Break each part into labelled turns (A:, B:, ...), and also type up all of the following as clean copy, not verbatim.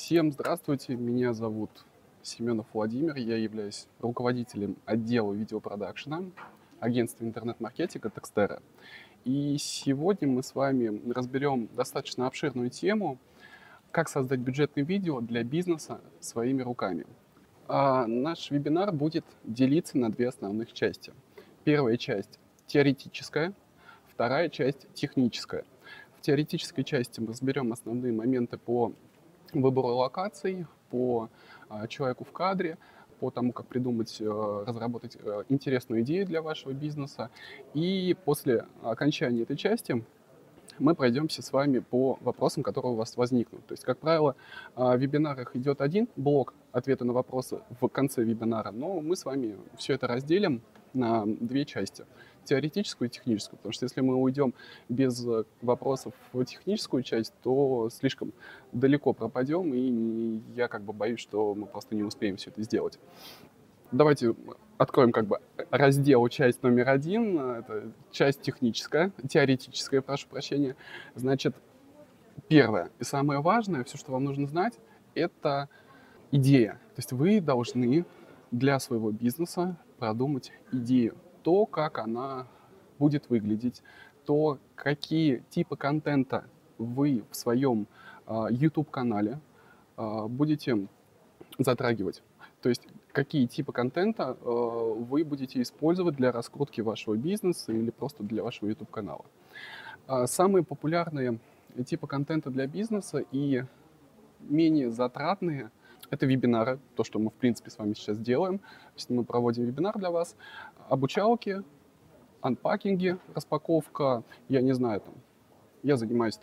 A: Всем здравствуйте, меня зовут Семенов Владимир, я являюсь руководителем отдела видеопродакшена агентства интернет-маркетинга Текстера. И сегодня мы с вами разберем достаточно обширную тему, как создать бюджетное видео для бизнеса своими руками. Наш вебинар будет делиться на две основных части. Первая часть теоретическая, вторая часть техническая. В теоретической части мы разберем основные моменты по выбору локаций, по человеку в кадре, по тому, как придумать, разработать интересную идею для вашего бизнеса. И после окончания этой части мы пройдемся с вами по вопросам, которые у вас возникнут. То есть, как правило, в вебинарах идет один блок ответа на вопросы в конце вебинара, но мы с вами все это разделим на две части. Теоретическую и техническую, потому что если мы уйдем без вопросов в техническую часть, то слишком далеко пропадем, и я боюсь, что мы просто не успеем все это сделать. Давайте откроем раздел, часть номер один, это часть техническая, теоретическая, прошу прощения. Значит, первое и самое важное, все, что вам нужно знать, это идея. То есть вы должны для своего бизнеса продумать идею, то, как она будет выглядеть, то, какие типы контента вы в своем YouTube-канале будете затрагивать. То есть какие типы контента вы будете использовать для раскрутки вашего бизнеса или просто для вашего YouTube-канала. Самые популярные типы контента для бизнеса и менее затратные — это вебинары, то, что мы, в принципе, с вами сейчас делаем. То есть мы проводим вебинар для вас, обучалки, анпакинги, распаковка, я не знаю, я занимаюсь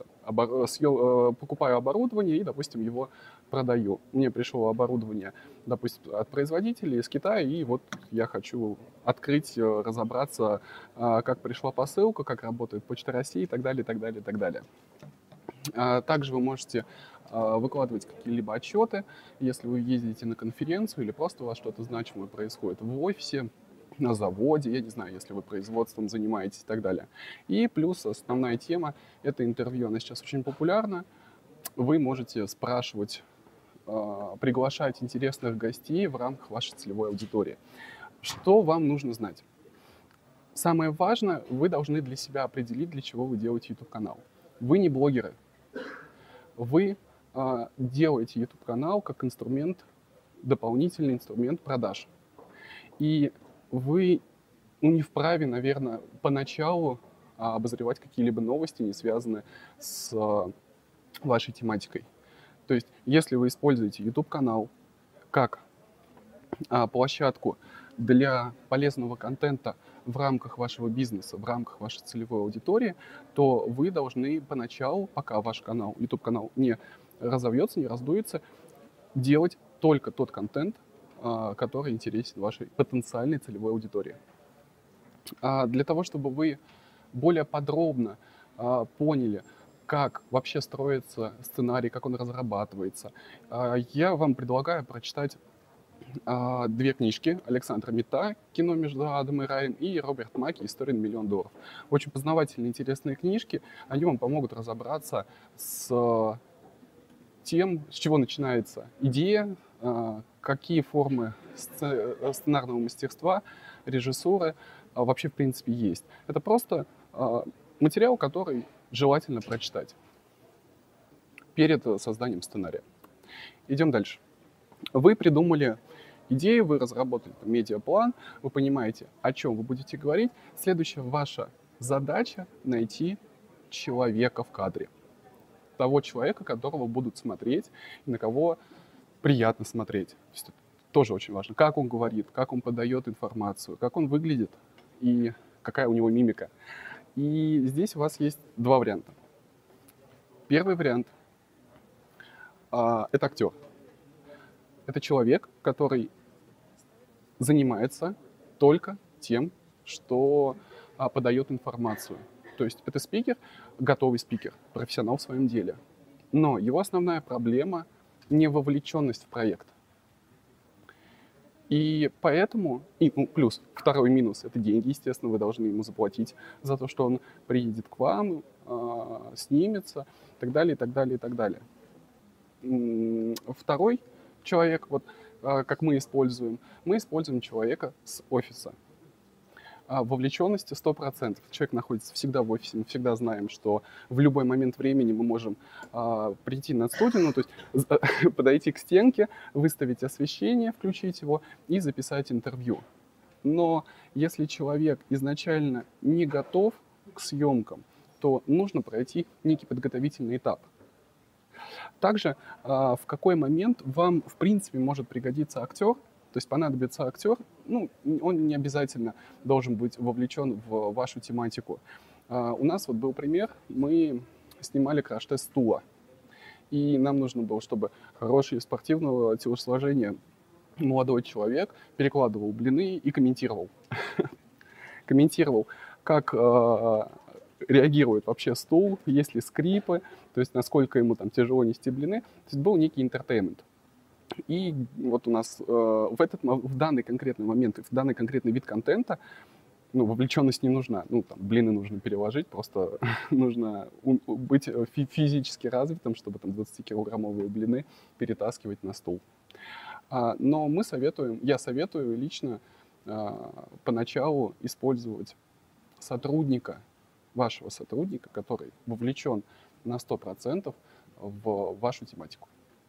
A: покупаю оборудование и, допустим, его продаю. Мне пришло оборудование, допустим, от производителя из Китая, и вот я хочу открыть, разобраться, как пришла посылка, как работает Почта России и так далее, и так далее, и так далее. Также вы можете выкладывать какие-либо отчеты, если вы ездите на конференцию или просто у вас что-то значимое происходит в офисе, на заводе, я не знаю, если вы производством занимаетесь и так далее. И плюс основная тема — это интервью. Она сейчас очень популярна. Вы можете спрашивать, приглашать интересных гостей в рамках вашей целевой аудитории. Что вам нужно знать? Самое важное, вы должны для себя определить, для чего вы делаете YouTube-канал. Вы не блогеры. Вы делаете YouTube-канал как инструмент, дополнительный инструмент продаж. И вы не вправе, наверное, поначалу обозревать какие-либо новости, не связанные с вашей тематикой. То есть, если вы используете YouTube-канал как площадку для полезного контента в рамках вашего бизнеса, в рамках вашей целевой аудитории, то вы должны поначалу, пока ваш канал, YouTube-канал не разовьется, не раздуется, делать только тот контент, который интересен вашей потенциальной целевой аудитории. Для того, чтобы вы более подробно поняли, как вообще строится сценарий, как он разрабатывается, я вам предлагаю прочитать две книжки Александра Митта «Кино между адом и раем» и Роберт Маки «История на $1 000 000». Очень познавательные, интересные книжки. Они вам помогут разобраться с тем, с чего начинается идея, какие формы сценарного мастерства, режиссуры вообще в принципе есть. Это просто материал, который желательно прочитать перед созданием сценария. Идем дальше. Вы придумали идею, вы разработали медиаплан, вы понимаете, о чем вы будете говорить. Следующая ваша задача — найти человека в кадре. Того человека, которого будут смотреть, и на кого приятно смотреть. То есть это тоже очень важно. Как он говорит, как он подает информацию, как он выглядит и какая у него мимика. И здесь у вас есть два варианта. Первый вариант — это актер. Это человек, который занимается только тем, что подает информацию. То есть это спикер, готовый спикер, профессионал в своем деле. Но его основная проблема — не вовлеченность в проект. И поэтому, плюс второй минус — это деньги, естественно, вы должны ему заплатить за то, что он приедет к вам, снимется, и так далее, и так далее, и так далее. второй человек, вот как мы используем человека с офиса. Вовлеченности 100%. Человек находится всегда в офисе, мы всегда знаем, что в любой момент времени мы можем прийти на студию, ну, то есть подойти к стенке, выставить освещение, включить его и записать интервью. Но если человек изначально не готов к съемкам, то нужно пройти некий подготовительный этап. Также в какой момент вам, в принципе, может пригодиться актер, то есть понадобится актер, ну, он не обязательно должен быть вовлечен в вашу тематику. У нас вот был пример, мы снимали краш-тест стула, и нам нужно было, чтобы хороший спортивного телосложения молодой человек перекладывал блины и комментировал. Комментировал, как реагирует вообще стул, есть ли скрипы, то есть насколько ему там тяжело нести блины. То есть был некий интертеймент. И вот у нас в данный конкретный момент, в данный конкретный вид контента, ну, вовлеченность не нужна. Ну, там, блины нужно переложить, просто нужно быть физически развитым, чтобы там 20-килограммовые блины перетаскивать на стул. Но я советую лично поначалу использовать вашего сотрудника, который вовлечен на 100% в вашу тематику.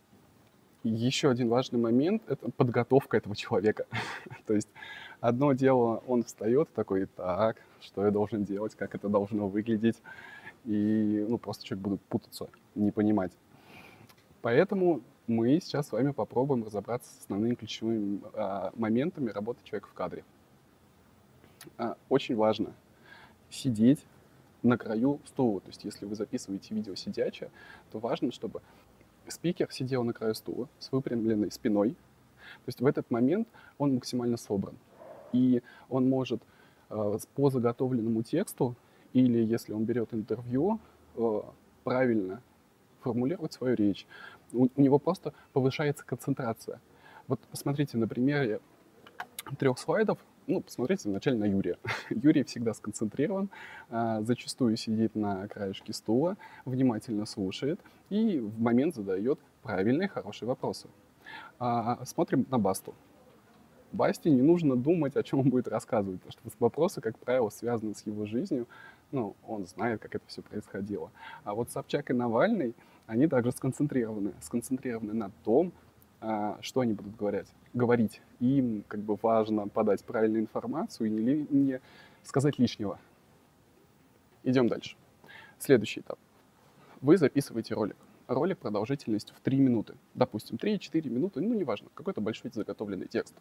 A: Еще один важный момент – это подготовка этого человека. То есть одно дело, он встает такой: так, что я должен делать, как это должно выглядеть. И просто человек будет путаться, не понимать. Поэтому мы сейчас с вами попробуем разобраться с основными ключевыми моментами работы человека в кадре. Очень важно сидеть на краю стула. То есть если вы записываете видео сидячее, то важно, чтобы спикер сидел на краю стула с выпрямленной спиной. То есть в этот момент он максимально собран. И он может по заготовленному тексту, или если он берет интервью, правильно формулировать свою речь. У него просто повышается концентрация. Вот посмотрите на примере 3 слайдов. Посмотрите вначале на Юрия. Юрий всегда сконцентрирован, зачастую сидит на краешке стула, внимательно слушает и в момент задает правильные, хорошие вопросы. Смотрим на Басту. Басте не нужно думать, о чем он будет рассказывать, потому что вопросы, как правило, связаны с его жизнью. Он знает, как это все происходило. А вот Собчак и Навальный, они также сконцентрированы на том, что они будут говорить. Им важно подать правильную информацию и не сказать лишнего. Идем дальше. Следующий этап. Вы записываете ролик. Ролик продолжительностью в 3 минуты. Допустим, 3-4 минуты, неважно, какой-то большой заготовленный текст.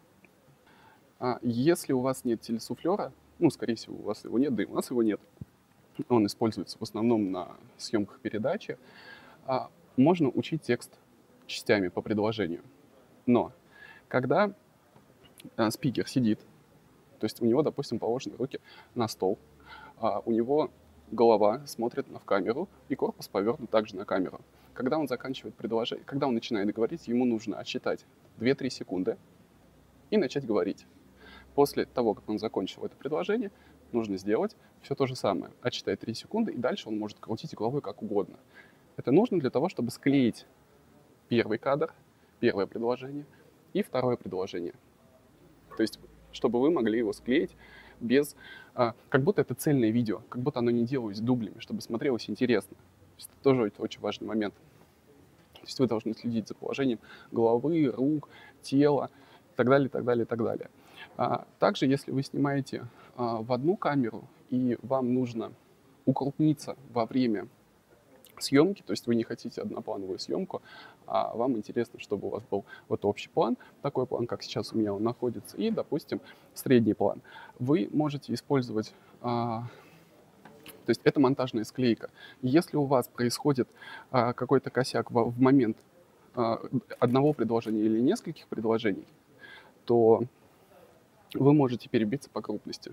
A: Если у вас нет телесуфлера, скорее всего, у вас его нет, да и у нас его нет. Он используется в основном на съемках передачи. Можно учить текст частями по предложению. Но когда спикер сидит, то есть у него, допустим, положены руки на стол, у него голова смотрит в камеру, и корпус повернут также на камеру. Когда он заканчивает предложение, когда он начинает говорить, ему нужно отсчитать 2-3 секунды и начать говорить. После того, как он закончил это предложение, нужно сделать все то же самое. Отсчитать 3 секунды, и дальше он может крутить головой как угодно. Это нужно для того, чтобы склеить первый кадр, первое предложение и второе предложение. То есть, чтобы вы могли его склеить без... как будто это цельное видео, как будто оно не делалось дублями, чтобы смотрелось интересно. Это тоже очень важный момент. То есть вы должны следить за положением головы, рук, тела и так далее, так далее, так далее. Также, если вы снимаете в одну камеру и вам нужно укрупниться во время съемки, то есть вы не хотите одноплановую съемку, а вам интересно, чтобы у вас был вот общий план, такой план, как сейчас у меня он находится, и, допустим, средний план. Вы можете использовать, то есть это монтажная склейка. Если у вас происходит какой-то косяк в момент одного предложения или нескольких предложений, то вы можете перебиться по крупности.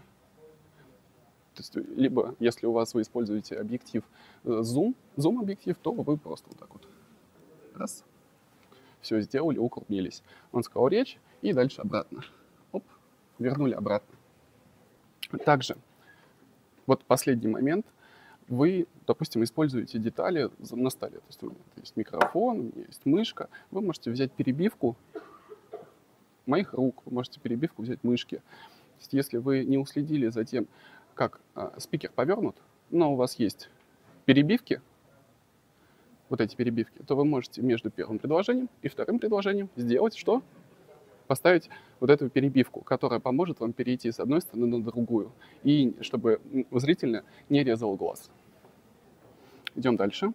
A: То есть, либо, если вы используете объектив зум-объектив, то вы просто вот так вот раз, все сделали, укрупнились. Он сказал речь, и дальше обратно. Оп, вернули обратно. Также, вот последний момент. вы, допустим, используете детали на столе. То есть у меня есть микрофон, у меня есть мышка. Вы можете взять перебивку моих рук, вы можете перебивку взять мышки. То есть если вы не уследили за тем, как спикер повернут, но у вас есть перебивки, вот эти перебивки, то вы можете между первым предложением и вторым предложением сделать что? Поставить вот эту перебивку, которая поможет вам перейти с одной стороны на другую, и чтобы зрительно не резал глаз. Идем дальше.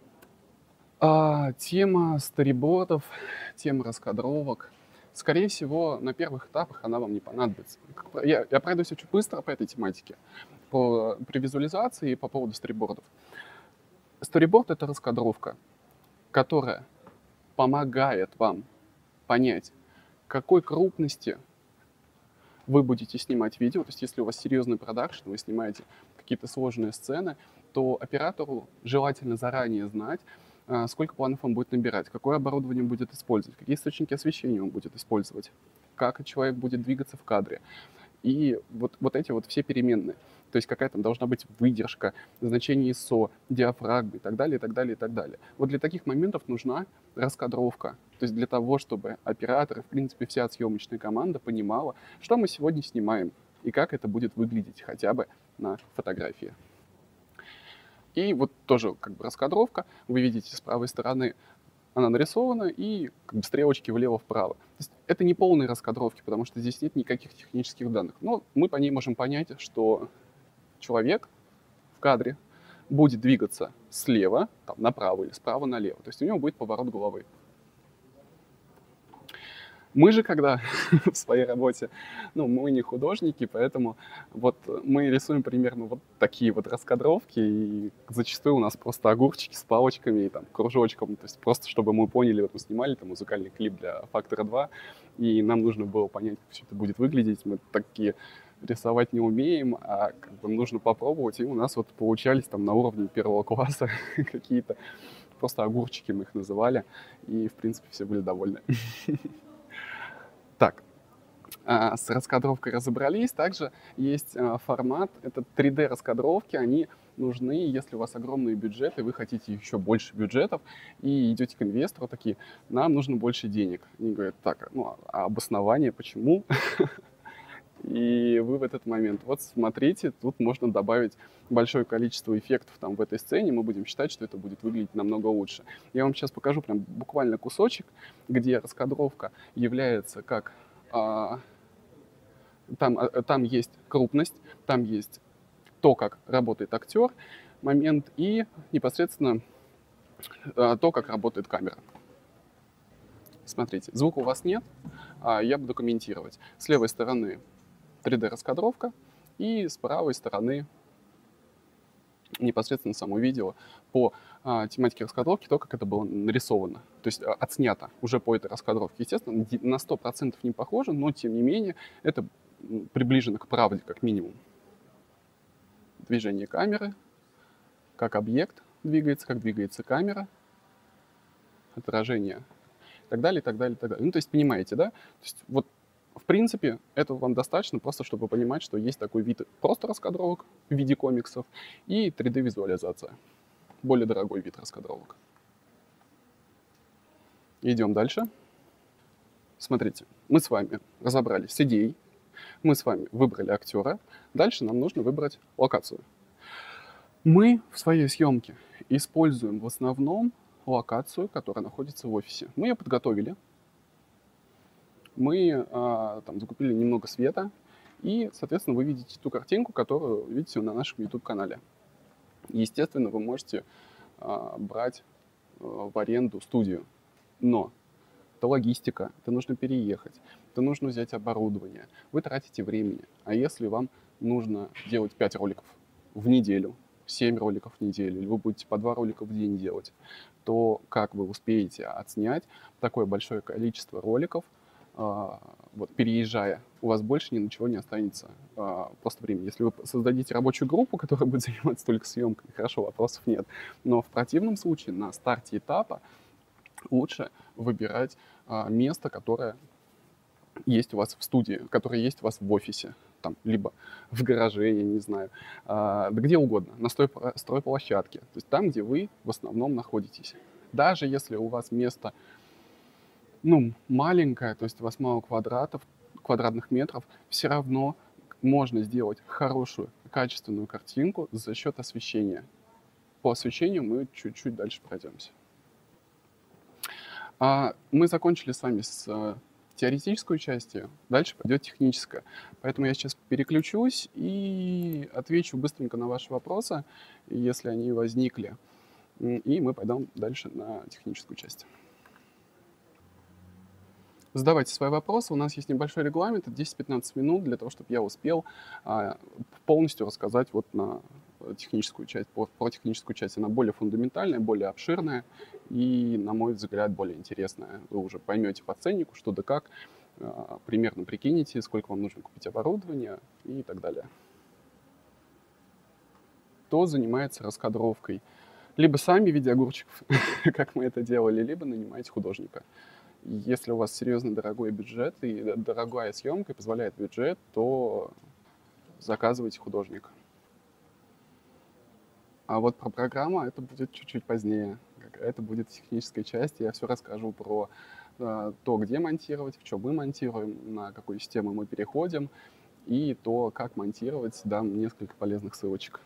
A: Тема сторибордов, тема раскадровок. Скорее всего, на первых этапах она вам не понадобится. Я пройдусь очень быстро по этой тематике, при визуализации и по поводу сторибордов. Сториборд — это раскадровка, которая помогает вам понять, какой крупности вы будете снимать видео. То есть если у вас серьезный продакшн, вы снимаете какие-то сложные сцены, то оператору желательно заранее знать, сколько планов он будет набирать, какое оборудование он будет использовать, какие источники освещения он будет использовать, как человек будет двигаться в кадре. И вот эти вот все переменные. То есть какая там должна быть выдержка, значение ISO, диафрагмы и так далее, и так далее, и так далее. Вот для таких моментов нужна раскадровка. То есть для того, чтобы оператор и, в принципе, вся съемочная команда понимала, что мы сегодня снимаем и как это будет выглядеть хотя бы на фотографии. И вот тоже как бы раскадровка. Вы видите с правой стороны она нарисована, и как бы стрелочки влево-вправо. То есть это не полные раскадровки, потому что здесь нет никаких технических данных. Но мы по ней можем понять, что человек в кадре будет двигаться слева там, направо или справа налево. То есть у него будет поворот головы. Мы же, когда в своей работе, мы не художники, поэтому вот мы рисуем примерно вот такие вот раскадровки, и зачастую у нас просто огурчики с палочками и там кружочком, то есть просто чтобы мы поняли, вот мы снимали там музыкальный клип для «Фактора 2», и нам нужно было понять, как все это будет выглядеть, мы такие рисовать не умеем, а как бы нужно попробовать, и у нас вот получались там на уровне первого класса какие-то просто огурчики, мы их называли, и в принципе все были довольны. Так, с раскадровкой разобрались. Также есть формат, это 3D-раскадровки. Они нужны, если у вас огромные бюджеты, вы хотите еще больше бюджетов, и идете к инвестору такие, нам нужно больше денег. Они говорят, так, а обоснование почему? И вы в этот момент, вот смотрите, тут можно добавить большое количество эффектов там в этой сцене, мы будем считать, что это будет выглядеть намного лучше. Я вам сейчас покажу прям буквально кусочек, где раскадровка является как... там есть крупность, там есть то, как работает актер, момент, и непосредственно то, как работает камера. Смотрите, звука у вас нет, я буду комментировать. С левой стороны 3D-раскадровка, и с правой стороны непосредственно само видео по тематике раскадровки, то, как это было нарисовано. То есть отснято уже по этой раскадровке. Естественно, на 100% не похоже, но тем не менее это приближено к правде, как минимум. Движение камеры, как объект двигается, как двигается камера, отражение и так далее, и так далее, и так далее. То есть понимаете, да? То есть вот в принципе, этого вам достаточно, просто чтобы понимать, что есть такой вид просто раскадровок в виде комиксов и 3D-визуализация. Более дорогой вид раскадровок. Идем дальше. Смотрите, мы с вами разобрались с идеей, мы с вами выбрали актера, дальше нам нужно выбрать локацию. Мы в своей съемке используем в основном локацию, которая находится в офисе. Мы ее подготовили. Мы там закупили немного света, и, соответственно, вы видите ту картинку, которую видите на нашем YouTube-канале. Естественно, вы можете брать в аренду студию, но это логистика, это нужно переехать, это нужно взять оборудование, вы тратите времени. А если вам нужно делать 5 роликов в неделю, 7 роликов в неделю, или вы будете по 2 ролика в день делать, то как вы успеете отснять такое большое количество роликов, вот, переезжая, у вас больше ни на чего не останется просто времени. Если вы создадите рабочую группу, которая будет заниматься только съемкой, хорошо, вопросов нет. Но в противном случае на старте этапа лучше выбирать место, которое есть у вас в студии, которое есть у вас в офисе. там, либо в гараже, я не знаю, да где угодно, на стройплощадке, то есть там, где вы в основном находитесь. Даже если у вас место, ну, маленькое, то есть у вас мало квадратных метров, все равно можно сделать хорошую, качественную картинку за счет освещения. По освещению мы чуть-чуть дальше пройдемся. Мы закончили с вами с теоретической частью, дальше пойдет техническая. Поэтому я сейчас переключусь и отвечу быстренько на ваши вопросы, если они возникли. И мы пойдем дальше на техническую часть. Задавайте свои вопросы. У нас есть небольшой регламент, это 10-15 минут для того, чтобы я успел полностью рассказать вот на техническую часть, про техническую часть. Она более фундаментальная, более обширная и, на мой взгляд, более интересная. Вы уже поймете по ценнику, что да как, примерно прикинете, сколько вам нужно купить оборудования и так далее. Кто занимается раскадровкой? Либо сами в виде огурчиков, как мы это делали, либо нанимаете художника. Если у вас серьезно дорогой бюджет и дорогая съемка позволяет бюджет, то заказывайте художника. А вот про программу это будет чуть-чуть позднее. Это будет техническая часть. Я все расскажу про то, где монтировать, в чем мы монтируем, на какую систему мы переходим, и то, как монтировать, дам несколько полезных ссылочек.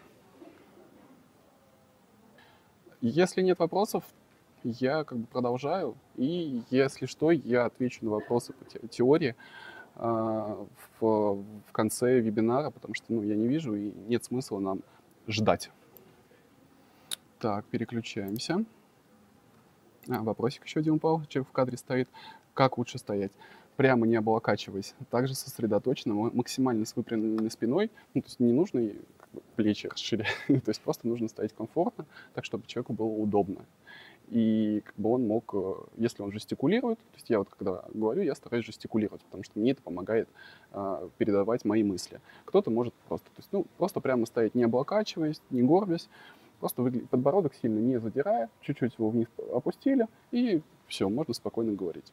A: Если нет вопросов, я как бы продолжаю, и если что, я отвечу на вопросы по теории в конце вебинара, потому что я не вижу, и нет смысла нам ждать. Так, переключаемся. Вопросик еще один упал, человек в кадре стоит. Как лучше стоять? Прямо не облокачиваясь, также сосредоточенно, максимально с выпрямленной спиной. То есть не нужно плечи расширять, то есть просто нужно стоять комфортно, так, чтобы человеку было удобно. И как бы он мог, если он жестикулирует, то есть я вот когда говорю, я стараюсь жестикулировать, потому что мне это помогает передавать мои мысли. Кто-то может просто, то есть, просто прямо стоять, не облокачиваясь, не горбясь, просто подбородок сильно не задирая, чуть-чуть его вниз опустили, и все, можно спокойно говорить.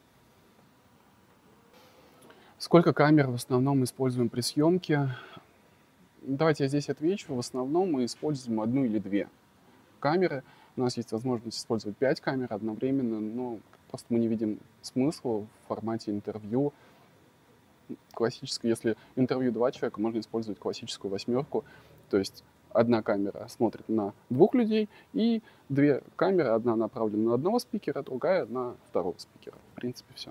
A: Сколько камер в основном мы используем при съемке? Давайте я здесь отвечу. В основном мы используем 1 или 2 камеры. У нас есть возможность использовать 5 камер одновременно, но просто мы не видим смысла в формате интервью. Если интервью 2 человека, можно использовать классическую 8. То есть 1 камера смотрит на 2 людей, и 2 камеры, одна направлена на одного спикера, другая на второго спикера. В принципе, все.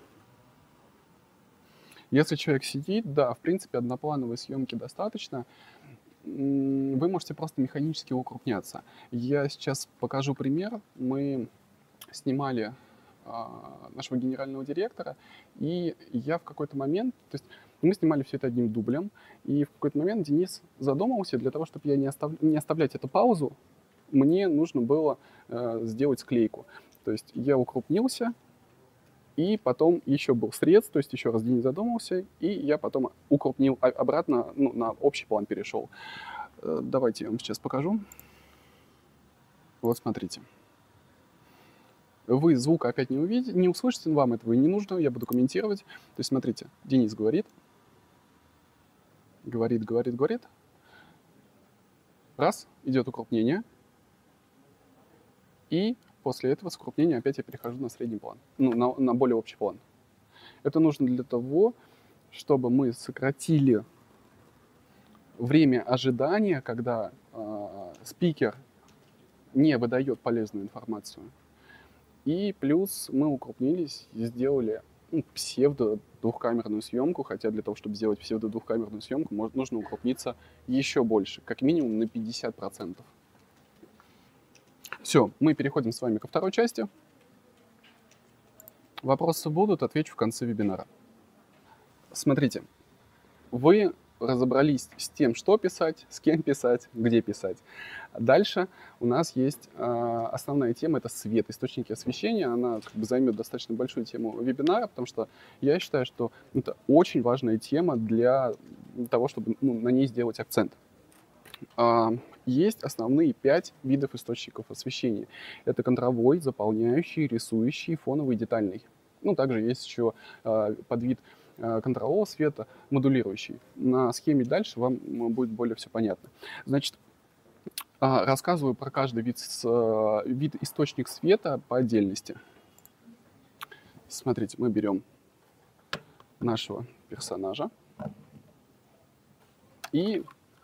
A: Если человек сидит, да, в принципе, одноплановой съемки достаточно. Вы можете просто механически укрупняться. Я сейчас покажу пример. Мы снимали нашего генерального директора, и я в какой-то момент, то есть мы снимали все это одним дублем, и в какой-то момент Денис задумался, для того, чтобы я не оставлять эту паузу, мне нужно было сделать склейку. То есть я укрупнился, и потом еще был срез, то есть еще раз Денис задумался, и я потом укрупнил обратно, на общий план перешел. Давайте я вам сейчас покажу. Вот смотрите. Вы звук опять не услышите, вам этого и не нужно, я буду комментировать. То есть смотрите, Денис говорит. Раз, идет укрупнение. И после этого с укрупнения опять я перехожу на средний план, на более общий план. Это нужно для того, чтобы мы сократили время ожидания, когда спикер не выдает полезную информацию. И плюс мы укрупнились и сделали псевдо-двухкамерную съемку, хотя для того, чтобы сделать псевдо-двухкамерную съемку, нужно укрупниться еще больше, как минимум на 50%. Все, мы переходим с вами ко второй части. Вопросы будут, отвечу в конце вебинара. Смотрите, вы разобрались с тем, что писать, с кем писать, где писать. Дальше у нас есть основная тема, это свет, источники освещения. Она займет достаточно большую тему вебинара, потому что я считаю, что это очень важная тема для того, чтобы на ней сделать акцент. Есть основные 5 видов источников освещения. Это контровой, заполняющий, рисующий, фоновый, детальный. Также есть еще подвид контрового света, модулирующий. На схеме дальше вам будет более все понятно. Значит, рассказываю про каждый вид источник света по отдельности. Смотрите, мы берем нашего персонажа. И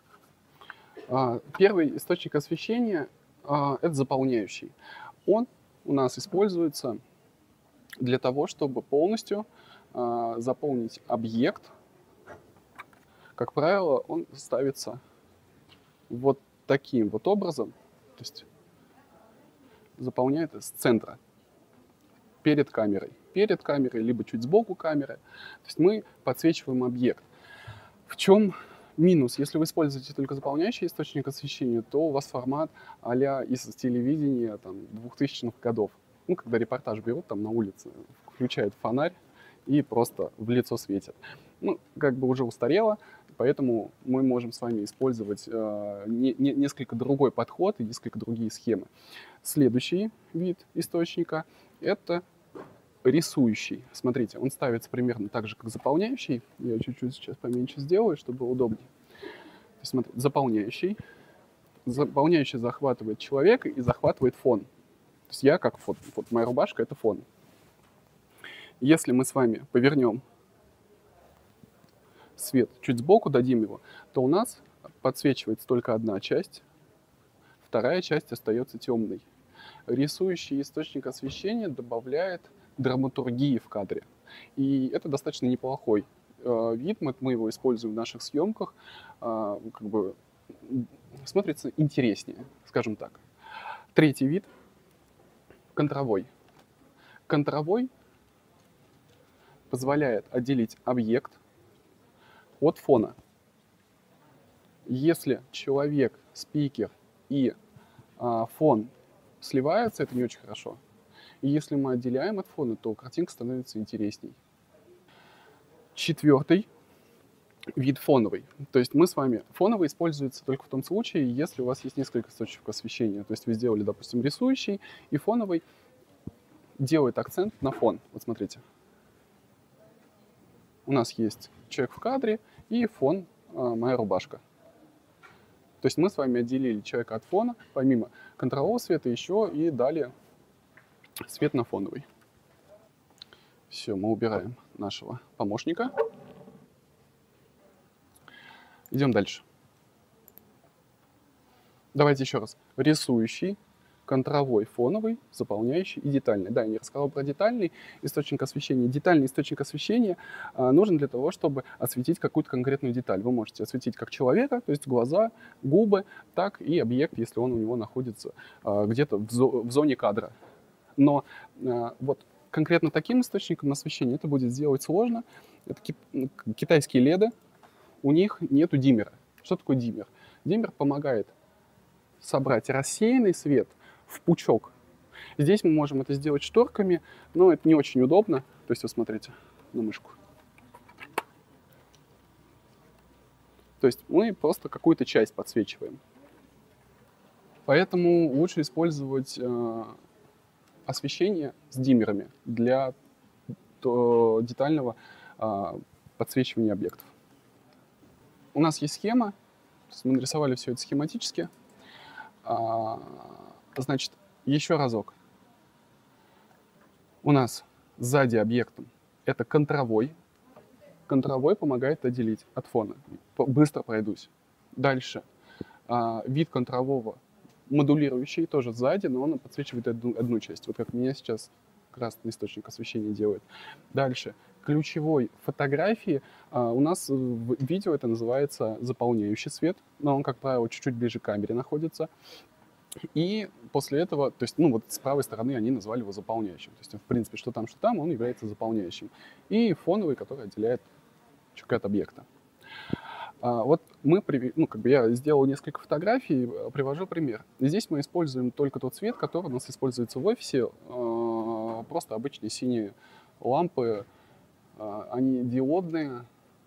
A: первый источник освещения это заполняющий. Он у нас используется для того, чтобы полностью заполнить объект. Как правило, он ставится вот таким вот образом, то есть заполняет с центра, перед камерой, либо чуть сбоку камеры. То есть мы подсвечиваем объект. В чем минус? Если вы используете только заполняющий источник освещения, то у вас формат а-ля из телевидения 2000-х годов. Когда репортаж берут там на улице, включают фонарь и просто в лицо светят. Уже устарело, поэтому мы можем с вами использовать несколько другой подход и несколько другие схемы. Следующий вид источника – это рисующий. Смотрите, он ставится примерно так же, как заполняющий. Я чуть-чуть сейчас поменьше сделаю, чтобы было удобнее. То есть, смотрите, заполняющий. Заполняющий захватывает человека и захватывает фон. То есть я как фон. Вот моя рубашка – это фон. Если мы с вами повернем свет чуть сбоку, дадим его, то у нас подсвечивается только одна часть, вторая часть остается темной. Рисующий источник освещения добавляет драматургии в кадре. И это достаточно неплохой вид, мы его используем в наших съемках, смотрится интереснее, скажем так. Третий вид – контровой. Контровой позволяет отделить объект от фона. Если человек, спикер и фон сливаются, это не очень хорошо. И если мы отделяем от фона, то картинка становится интересней. Четвертый вид фоновый. То есть мы с вами... Фоновый используется только в том случае, если у вас есть несколько источников освещения. То есть вы сделали, допустим, рисующий, и фоновый делает акцент на фон. Вот смотрите. У нас есть человек в кадре и фон моя рубашка. То есть мы с вами отделили человека от фона, помимо контрового света еще и дали свет на фоновый. Все, мы убираем нашего помощника. Идем дальше. Давайте еще раз. Рисующий, контровой, фоновый, заполняющий и детальный. Да, я не рассказал про детальный источник освещения. Детальный источник освещения нужен для того, чтобы осветить какую-то конкретную деталь. Вы можете осветить как человека, то есть глаза, губы, так и объект, если он у него находится где-то в зоне кадра. Но вот конкретно таким источником освещения это будет сделать сложно. Это китайские леды, у них нету диммера. Что такое диммер? Диммер помогает собрать рассеянный свет в пучок. Здесь мы можем это сделать шторками, но это не очень удобно. То есть, вы смотрите на мышку. То есть мы просто какую-то часть подсвечиваем. Поэтому лучше использовать освещение с диммерами для детального подсвечивания объектов. У нас есть схема, мы нарисовали все это схематически. Значит, еще разок. У нас сзади объектом это контровой. Контровой помогает отделить от фона. Быстро пройдусь. Дальше. Вид контрового модулирующий, тоже сзади, но он подсвечивает одну часть. Вот как меня сейчас красный источник освещения делает. Дальше. Ключевой фотографии у нас в видео это называется заполняющий свет, но он, как правило, чуть-чуть ближе к камере находится. И после этого, то есть, вот с правой стороны они назвали его заполняющим. То есть, в принципе, что там, он является заполняющим. И фоновый, который отделяет человека от объекта. Вот я сделал несколько фотографий, привожу пример. Здесь мы используем только тот цвет, который у нас используется в офисе. Просто обычные синие лампы, они диодные,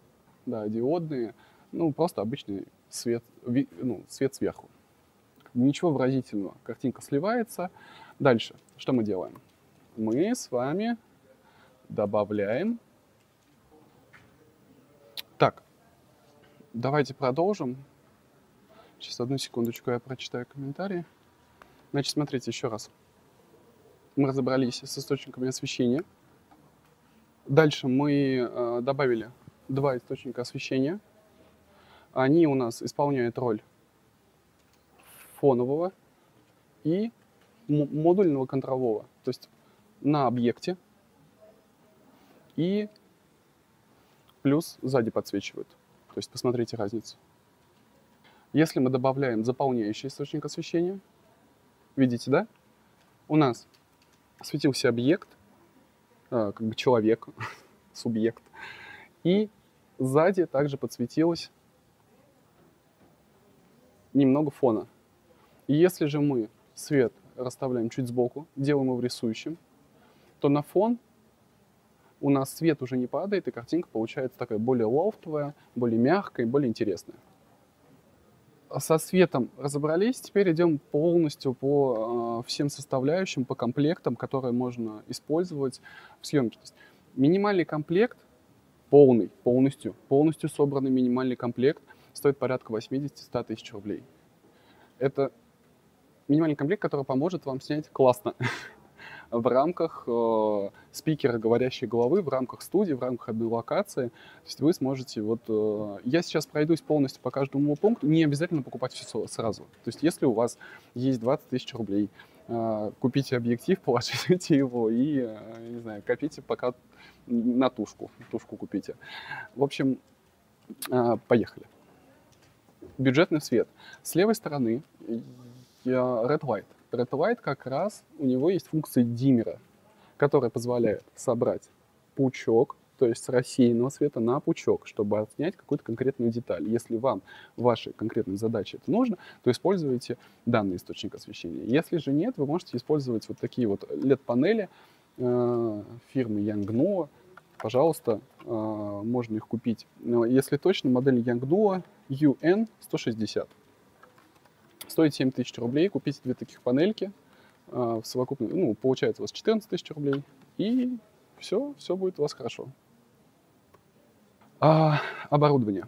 A: просто обычный свет, свет сверху. Ничего выразительного. Картинка сливается. Дальше. Что мы делаем? Мы с вами добавляем Давайте продолжим. Сейчас, одну секундочку, я прочитаю комментарии. Значит, смотрите еще раз. Мы разобрались с источниками освещения. Дальше мы добавили два источника освещения. Они у нас исполняют роль фонового и модульного контролового. То есть на объекте и плюс сзади подсвечивают. То есть посмотрите разницу. Если мы добавляем заполняющий источник освещения, видите, да? У нас осветился объект, как бы человек, субъект, и сзади также подсветилось немного фона. И если же мы свет расставляем чуть сбоку, делаем его рисующим, то на фон у нас свет уже не падает, и картинка получается такая более лофтовая, более мягкая и более интересная. Со светом разобрались, теперь идем полностью по всем составляющим, по комплектам, которые можно использовать в съемке. То есть минимальный комплект, полностью собранный минимальный комплект стоит порядка 80-100 тысяч рублей. Это минимальный комплект, который поможет вам снять классно в рамках спикера говорящей головы, в рамках студии, в рамках одной локации. То есть вы сможете я сейчас пройдусь полностью по каждому пункту, не обязательно покупать все сразу. То есть если у вас есть 20 тысяч рублей, купите объектив, положите его и, не знаю, копите пока на тушку купите. В общем, поехали. Бюджетный свет. С левой стороны Red Light. Red Light как раз у него есть функция диммера, которая позволяет собрать пучок, то есть с рассеянного света на пучок, чтобы отснять какую-то конкретную деталь. Если вам в вашей конкретной задаче это нужно, то используйте данный источник освещения. Если же нет, вы можете использовать вот такие вот LED-панели фирмы Yangnuo. Пожалуйста, можно их купить. Но если точно, модель Yangnuo UN160. Стоит 7 тысяч рублей, купите две таких панельки, в совокупно, получается у вас 14 тысяч рублей, и все будет у вас хорошо. Оборудование.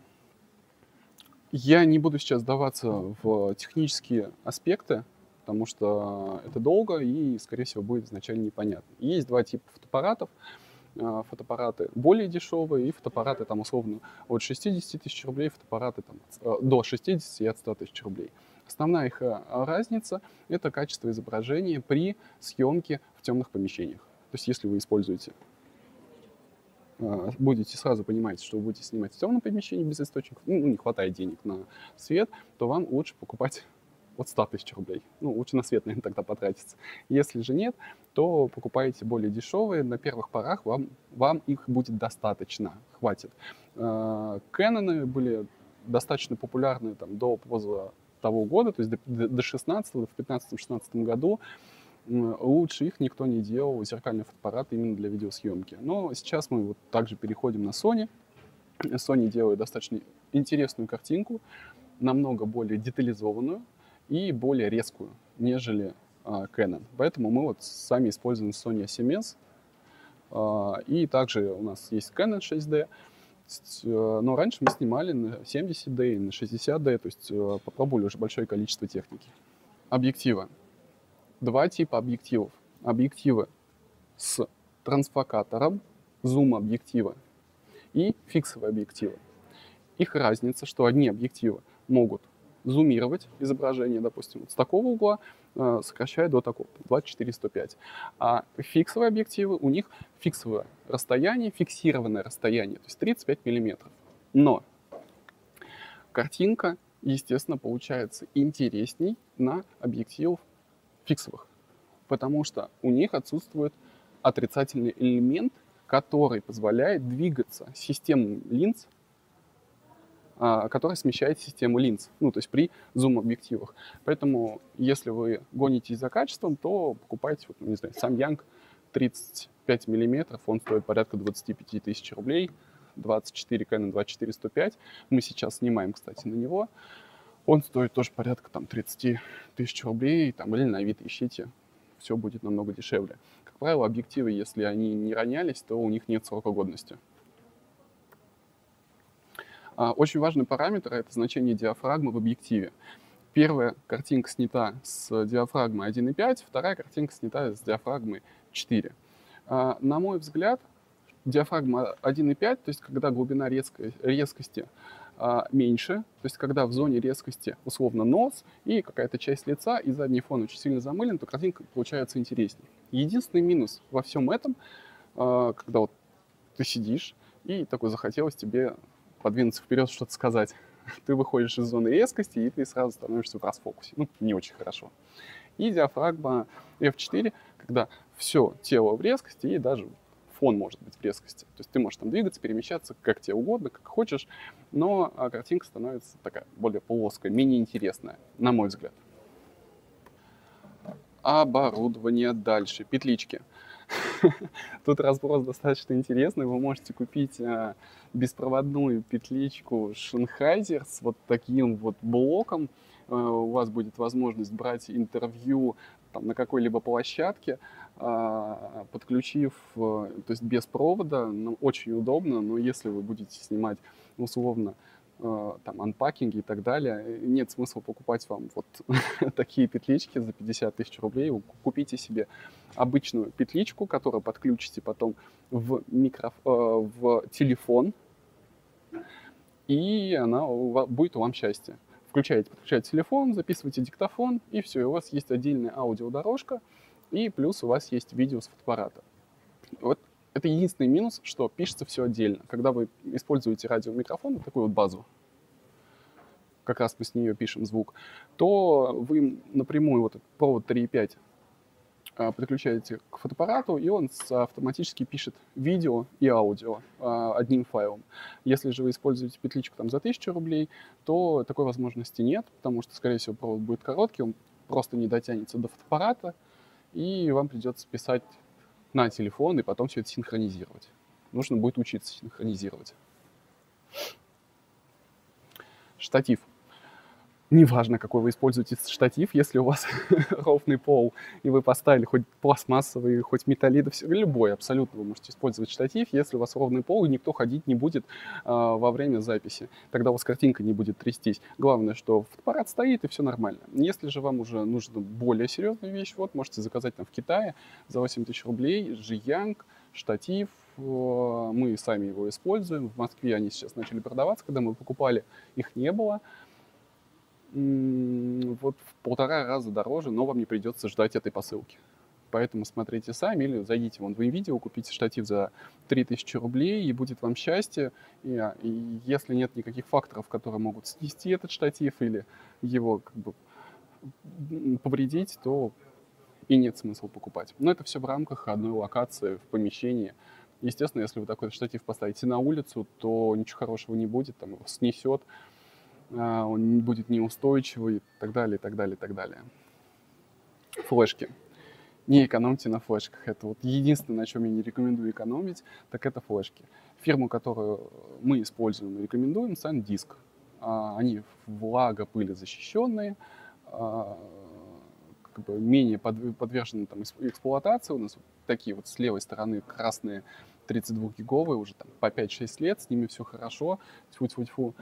A: Я не буду сейчас вдаваться в технические аспекты, потому что это долго и, скорее всего, будет изначально непонятно. Есть два типа фотоаппаратов. Фотоаппараты более дешевые и фотоаппараты там условно от 60 тысяч рублей, фотоаппараты там, до 60 и от 100 тысяч рублей. Основная их разница – это качество изображения при съемке в темных помещениях. То есть если вы используете, будете сразу понимать, что вы будете снимать в темном помещении без источников, не хватает денег на свет, то вам лучше покупать от 100 тысяч рублей. Лучше на свет, наверное, тогда потратиться. Если же нет, то покупайте более дешевые. На первых порах вам их будет достаточно, хватит. Canon были достаточно популярны там, до того года, то есть до 16-го, в 15-16 году. Лучше их никто не делал, зеркальный фотоаппарат именно для видеосъемки. Но сейчас мы также переходим на Sony. Sony делает достаточно интересную картинку, намного более детализованную и более резкую, нежели Canon. Поэтому мы сами используем Sony A7S. И также у нас есть Canon 6D. Но раньше мы снимали на 70D и на 60D, то есть попробовали уже большое количество техники. Объективы. Два типа объективов. Объективы с трансфокатором, зум-объективы и фиксовые объективы. Их разница, что одни объективы могут зумировать изображение, допустим, с такого угла, сокращая до такого, 24-105. А фиксовые объективы, у них фиксовое расстояние, фиксированное расстояние, то есть 35 миллиметров. Но картинка, естественно, получается интересней на объективах фиксовых, потому что у них отсутствует отрицательный элемент, который позволяет двигаться систему линз, который смещает систему линз, то есть при зум-объективах. Поэтому, если вы гонитесь за качеством, то покупайте, Samyang 35 миллиметров, он стоит порядка 25 тысяч рублей, 24 Canon 24-105. Мы сейчас снимаем, кстати, на него. Он стоит тоже порядка 30 тысяч рублей, или на Авито ищите, все будет намного дешевле. Как правило, объективы, если они не ронялись, то у них нет срока годности. Очень важный параметр — это значение диафрагмы в объективе. Первая картинка снята с диафрагмой 1,5, вторая картинка снята с диафрагмой 4. На мой взгляд, диафрагма 1,5, то есть когда глубина резкости меньше, то есть когда в зоне резкости условно нос и какая-то часть лица, и задний фон очень сильно замылен, то картинка получается интереснее. Единственный минус во всем этом, когда вот ты сидишь и такой захотелось тебе подвинуться вперед, что-то сказать. Ты выходишь из зоны резкости, и ты сразу становишься в расфокусе. Ну, не очень хорошо. И диафрагма F4, когда все тело в резкости, и даже фон может быть в резкости. То есть ты можешь там двигаться, перемещаться как тебе угодно, как хочешь, но картинка становится такая более плоская, менее интересная, на мой взгляд. Оборудование дальше. Петлички. Тут разброс достаточно интересный. Вы можете купить беспроводную петличку Sennheiser с вот таким вот блоком. У вас будет возможность брать интервью там, на какой-либо площадке, подключив, то есть без провода. Ну, очень удобно, но если вы будете снимать условно там анпакинги и так далее, нет смысла покупать вам вот такие петлички за 50 тысяч рублей. Вы купите себе обычную петличку, которую подключите потом в телефон, и она будет вам счастье. Подключаете телефон, записываете диктофон, и все, и у вас есть отдельная аудиодорожка, и плюс у вас есть видео с фотоаппарата. Вот это единственный минус, что пишется все отдельно. Когда вы используете радиомикрофон, такую вот базу, как раз мы с нее пишем звук, то вы напрямую вот этот провод 3.5 подключаете к фотоаппарату, и он автоматически пишет видео и аудио одним файлом. Если же вы используете петличку там за 1000 рублей, то такой возможности нет, потому что, скорее всего, провод будет короткий, он просто не дотянется до фотоаппарата, и вам придется писать на телефон и потом все это синхронизировать. Нужно будет учиться синхронизировать. Штатив. Неважно, какой вы используете штатив, если у вас ровный пол, и вы поставили хоть пластмассовый, хоть металлидов, любой абсолютно вы можете использовать штатив, если у вас ровный пол, и никто ходить не будет во время записи. Тогда у вас картинка не будет трястись. Главное, что фотоаппарат стоит, и все нормально. Если же вам уже нужна более серьезная вещь, вот, можете заказать там в Китае за 8 тысяч рублей Zhiyang штатив. Мы сами его используем. В Москве они сейчас начали продаваться. Когда мы покупали, их не было. Вот в 1,5 раза дороже, но вам не придется ждать этой посылки. Поэтому смотрите сами или зайдите вон в видео, купите штатив за 3000 рублей, и будет вам счастье. И если нет никаких факторов, которые могут снести этот штатив или его как бы повредить, то и нет смысла покупать. Но это все в рамках одной локации в помещении. Естественно, если вы такой штатив поставите на улицу, то ничего хорошего не будет, там его снесет, он будет неустойчивый и так далее, и так далее, и так далее. Флешки. Не экономьте на флешках. Это вот единственное, на чем я не рекомендую экономить, так это флешки. Фирму, которую мы используем и рекомендуем, SanDisk. Они влагопылезащищенные, как бы менее подвержены там, эксплуатации. У нас вот такие вот с левой стороны красные 32-гиговые, уже там, по 5-6 лет, с ними все хорошо. Тьфу-тьфу-тьфу.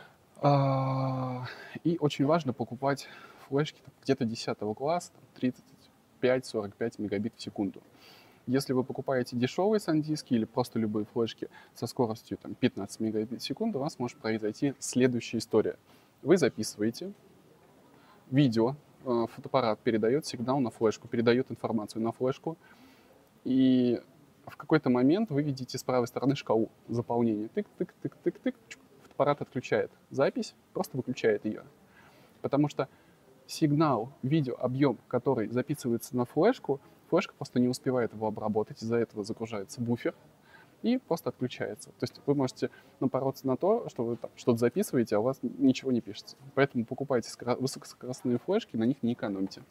A: И очень важно покупать флешки где-то 10 класса, 35-45 мегабит в секунду. Если вы покупаете дешевые SanDisk или просто любые флешки со скоростью там, 15 мегабит в секунду, у вас может произойти следующая история. Вы записываете видео, фотоаппарат передает сигнал на флешку, передает информацию на флешку, и в какой-то момент вы видите с правой стороны шкалу заполнения. Тык-тык-тык-тык-тык, фотоаппарат отключает запись, просто выключает ее. Потому что сигнал, видео, объем, который записывается на флешку, флешка просто не успевает его обработать, из-за этого загружается буфер и просто отключается. То есть вы можете напороться на то, что вы там что-то записываете, а у вас ничего не пишется. Поэтому покупайте высокоскоростные флешки, на них не экономьте.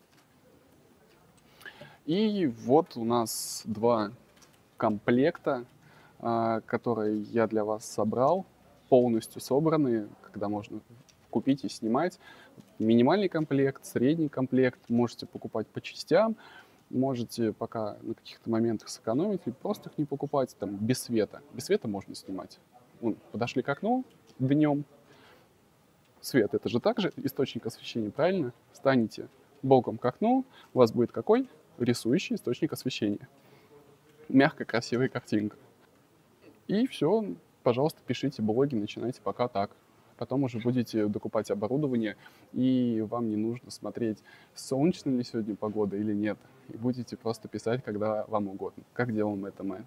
A: И вот у нас 2 комплекта, которые я для вас собрал, полностью собранные, когда можно купить и снимать. Минимальный комплект, средний комплект, можете покупать по частям, можете пока на каких-то моментах сэкономить или просто их не покупать, там, без света. Без света можно снимать. Подошли к окну, днем. Свет — это же также источник освещения, правильно? Станете боком к окну, у вас будет какой? Рисующий источник освещения. Мягкая, красивая картинка. И все, пожалуйста, пишите блоги, начинайте пока так. Потом уже будете докупать оборудование, и вам не нужно смотреть, солнечная ли сегодня погода или нет. И будете просто писать, когда вам угодно. Как делаем это мы?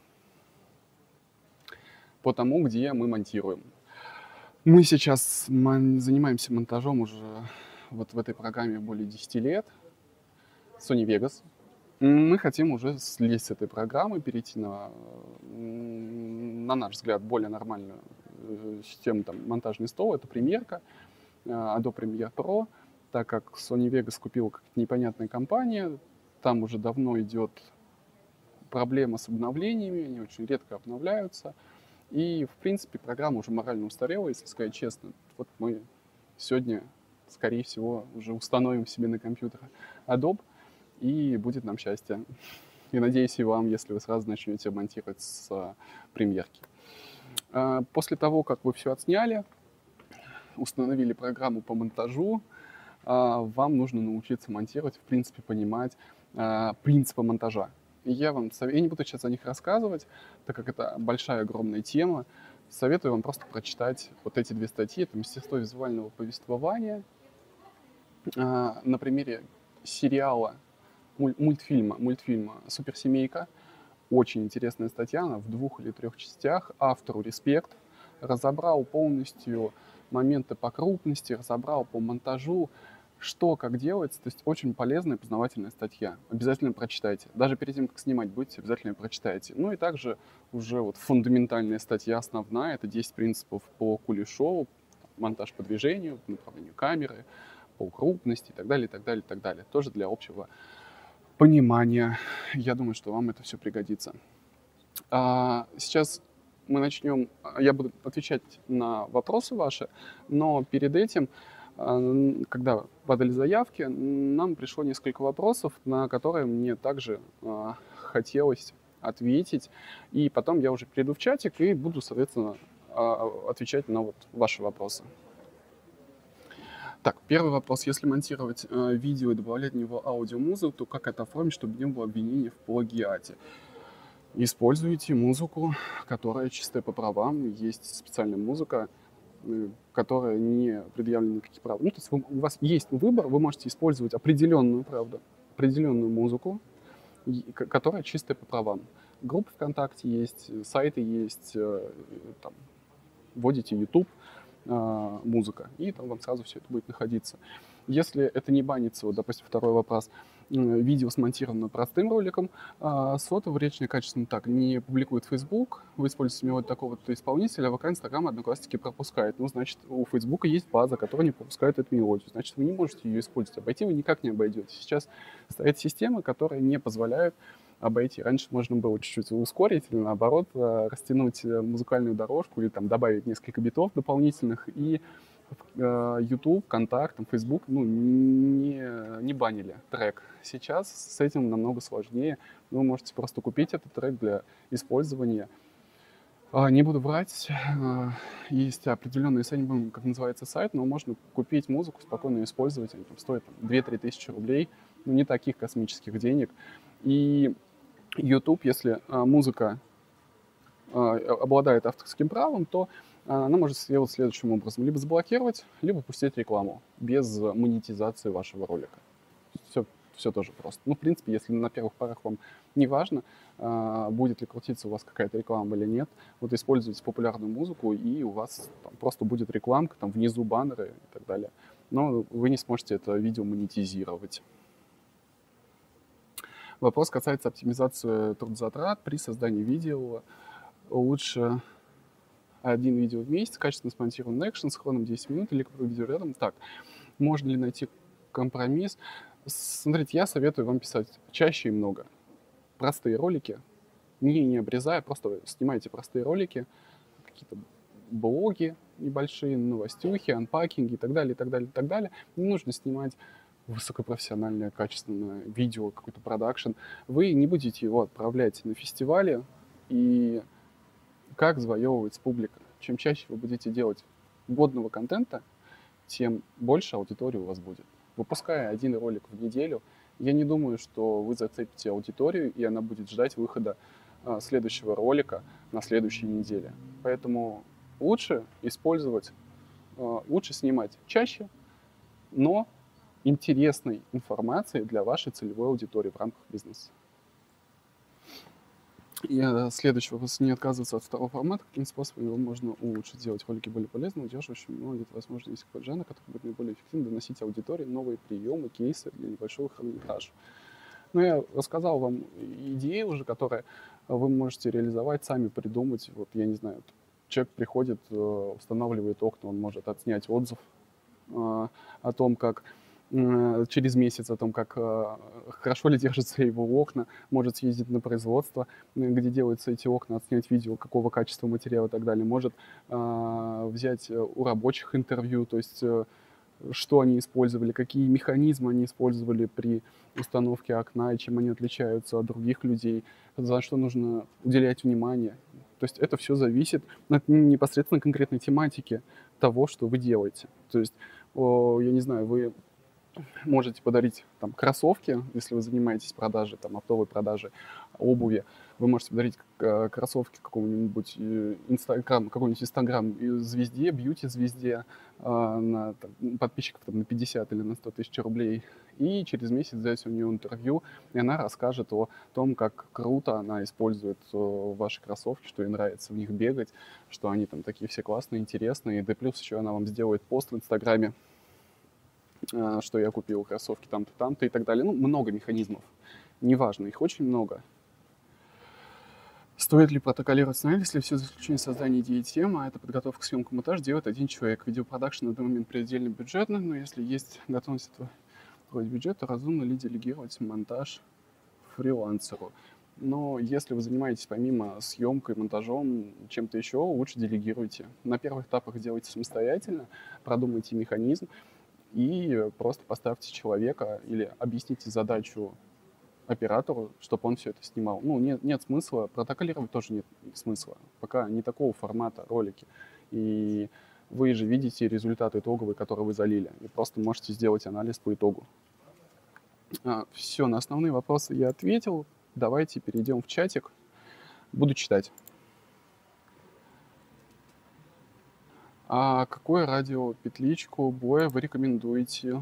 A: По тому, где мы монтируем. Мы сейчас занимаемся монтажом уже вот в этой программе более 10 лет. Sony Vegas. Мы хотим уже слезть с этой программы, перейти на наш взгляд, более нормальную систему, там, монтажный стол. Это премьерка, Adobe Premiere Pro, так как Sony Vegas купила какая-то непонятная компания, там уже давно идет проблема с обновлениями, они очень редко обновляются. И, в принципе, программа уже морально устарела, если сказать честно. Вот мы сегодня, скорее всего, уже установим себе на компьютер Adobe, и будет нам счастье. И надеюсь, и вам, если вы сразу начнете монтировать с премьерки. После того, как вы все отсняли, установили программу по монтажу, вам нужно научиться монтировать, в принципе, понимать принципы монтажа. И я не буду сейчас о них рассказывать, так как это большая, огромная тема. Советую вам просто прочитать вот эти 2 статьи. Это «Мастерство визуального повествования» на примере сериала, мультфильма «Суперсемейка». Очень интересная статья, она в 2 или 3 частях. Автору респект. Разобрал полностью моменты по крупности, разобрал по монтажу, что, как делается. То есть очень полезная, познавательная статья. Обязательно прочитайте. Даже перед тем, как снимать будете, обязательно ее прочитайте. Ну и также уже вот фундаментальная статья основная. Это 10 принципов по кулешову, монтаж по движению, по направлению камеры, по крупности и так далее, и так далее, и так далее. Тоже для общего понимания. Я думаю, что вам это все пригодится. Сейчас мы начнем. Я буду отвечать на вопросы ваши, но перед этим, когда подали заявки, нам пришло несколько вопросов, на которые мне также хотелось ответить. И потом я уже перейду в чатик и буду, соответственно, отвечать на вот ваши вопросы. Так, первый вопрос. Если монтировать видео и добавлять в него аудиомузыку, то как это оформить, чтобы не было обвинений в плагиате? Используйте музыку, которая чистая по правам. Есть специальная музыка, которая не предъявлена никаких прав. Ну, то есть у вас есть выбор, вы можете использовать определенную музыку, которая чистая по правам. Группы ВКонтакте есть, сайты есть, там, вводите YouTube, музыка, и там вам сразу все это будет находиться. Если это не банится, вот, допустим, второй вопрос, видео смонтировано простым роликом, сотовый речный качественно так не публикует Facebook, вы используете вот такого-то исполнителя, а ВК, Инстаграм, Одноклассники пропускает. Ну, значит, у Facebook есть база, которая не пропускает эту мелодию. Значит, вы не можете ее использовать. Обойти вы никак не обойдете. Сейчас стоят системы, которые не позволяют обойти. Раньше можно было чуть-чуть ускорить или, наоборот, растянуть музыкальную дорожку или там добавить несколько битов дополнительных, и YouTube, ВКонтакт, Facebook не банили трек. Сейчас с этим намного сложнее. Вы можете просто купить этот трек для использования. Не буду врать, есть определенные сайты, не помню, как называется сайт, но можно купить музыку, спокойно ее использовать. Они там стоят 2-3 тысячи рублей, ну, не таких космических денег. И YouTube, если музыка обладает авторским правом, то она может сделать следующим образом. Либо заблокировать, либо пустить рекламу без монетизации вашего ролика. Все тоже просто. Ну, в принципе, если на первых порах вам не важно, будет ли крутиться у вас какая-то реклама или нет, вот используйте популярную музыку, и у вас там просто будет рекламка, там внизу баннеры и так далее. Но вы не сможете это видео монетизировать. Вопрос касается оптимизации трудозатрат при создании видео. Лучше один видео в месяц, качественно смонтированный экшен с хроном 10 минут или видео рядом. Так, можно ли найти компромисс? Смотрите, я советую вам писать чаще и много. Простые ролики, не обрезая, просто снимайте простые ролики, какие-то блоги небольшие, новостюхи, анпакинги и так далее, и так далее, и так далее. Не нужно снимать высокопрофессиональное, качественное видео, какой-то продакшн. Вы не будете его отправлять на фестивали, и как завоевывается публика. чем чаще вы будете делать годного контента, тем больше аудитории у вас будет. Выпуская один ролик в неделю, я не думаю, что вы зацепите аудиторию, и она будет ждать выхода следующего ролика на следующей неделе. Поэтому лучше использовать, лучше снимать чаще, но интересной информации для вашей целевой аудитории в рамках бизнеса. И следующий вопрос. Не отказываться от второго формата. Каким способом его можно улучшить, сделать ролики более полезными, удерживающими, но где-то, возможно, есть какой-то жанр, который будет наиболее эффективно доносить аудитории новые приемы, кейсы для небольшого хронометража. Ну, я рассказал вам идеи уже, которые вы можете реализовать, сами придумать. Вот, я не знаю, человек приходит, устанавливает окна, он может отснять отзыв о том, как через месяц, о том, как хорошо ли держатся его окна, может съездить на производство, где делаются эти окна, отснять видео, какого качества материала и так далее, может взять у рабочих интервью, то есть что они использовали, какие механизмы они использовали при установке окна и чем они отличаются от других людей, за что нужно уделять внимание. То есть это все зависит от непосредственно конкретной тематики того, что вы делаете. То есть, я не знаю, вы можете подарить там кроссовки, если вы занимаетесь продажей, там, оптовой продажей обуви. Вы можете подарить кроссовки какому-нибудь Инстаграм звезде, бьюти-звезде, на подписчиков там, на 50 или на 100 тысяч рублей. И через месяц взять у нее интервью, и она расскажет о том, как круто она использует ваши кроссовки, что ей нравится в них бегать, что они там такие все классные, интересные. Да плюс еще она вам сделает пост в Инстаграме, что я купил кроссовки там-то, там-то и так далее. Ну, много механизмов. Неважно, их очень много. Стоит ли протоколировать сценарий, если все за исключением создания идеи и темы, а это подготовка к съемкам, монтаж делает один человек? Видеопродакшн на данный момент предельно бюджетный, но если есть готовность этого бюджета, разумно ли делегировать монтаж фрилансеру? Но если вы занимаетесь помимо съемкой, монтажом, чем-то еще, лучше делегируйте. На первых этапах делайте самостоятельно, продумайте механизм, и просто поставьте человека или объясните задачу оператору, чтобы он все это снимал. Ну, нет смысла, протоколировать тоже нет смысла, пока не такого формата ролики. И вы же видите результат итоговый, который вы залили, и просто можете сделать анализ по итогу. Все, на основные вопросы я ответил. Давайте перейдем в чатик. Буду читать. А какую радиопетличку боя вы рекомендуете?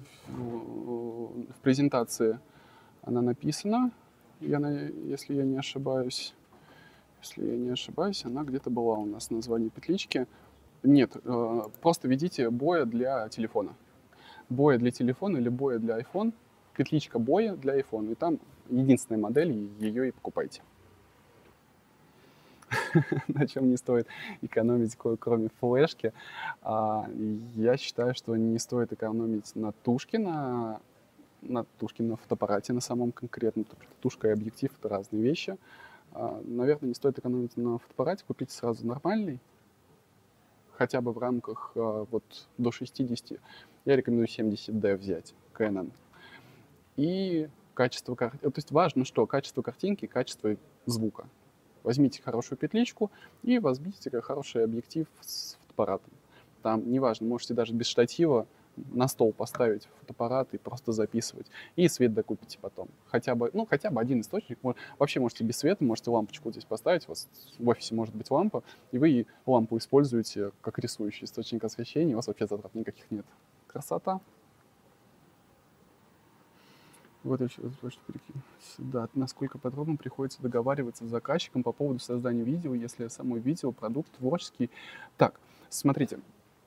A: В презентации она написана, если я не ошибаюсь. Если я не ошибаюсь, она где-то была у нас, название петлички. Нет, просто введите боя для телефона. Боя для телефона или боя для iPhone. Петличка боя для iPhone. И там единственная модель, ее и покупайте. На чем не стоит экономить, кроме флешки. Я считаю, что не стоит экономить на тушке, на фотоаппарате на самом конкретном. Тушка и объектив — это разные вещи. Наверное, не стоит экономить на фотоаппарате, купите сразу нормальный, хотя бы в рамках вот до 60. Я рекомендую 70D взять, Canon. И качество картинки. То есть важно, что качество картинки, качество звука. Возьмите хорошую петличку и возьмите хороший объектив с фотоаппаратом. Там, неважно, можете даже без штатива на стол поставить фотоаппарат и просто записывать. И свет докупите потом. Хотя бы один источник. Вообще можете без света, можете лампочку здесь поставить. У вас в офисе может быть лампа, и вы лампу используете как рисующий источник освещения, у вас вообще затрат никаких нет. Красота. Вот еще раз перекину. Да, насколько подробно приходится договариваться с заказчиком по поводу создания видео, если само видео, продукт творческий. Так, смотрите.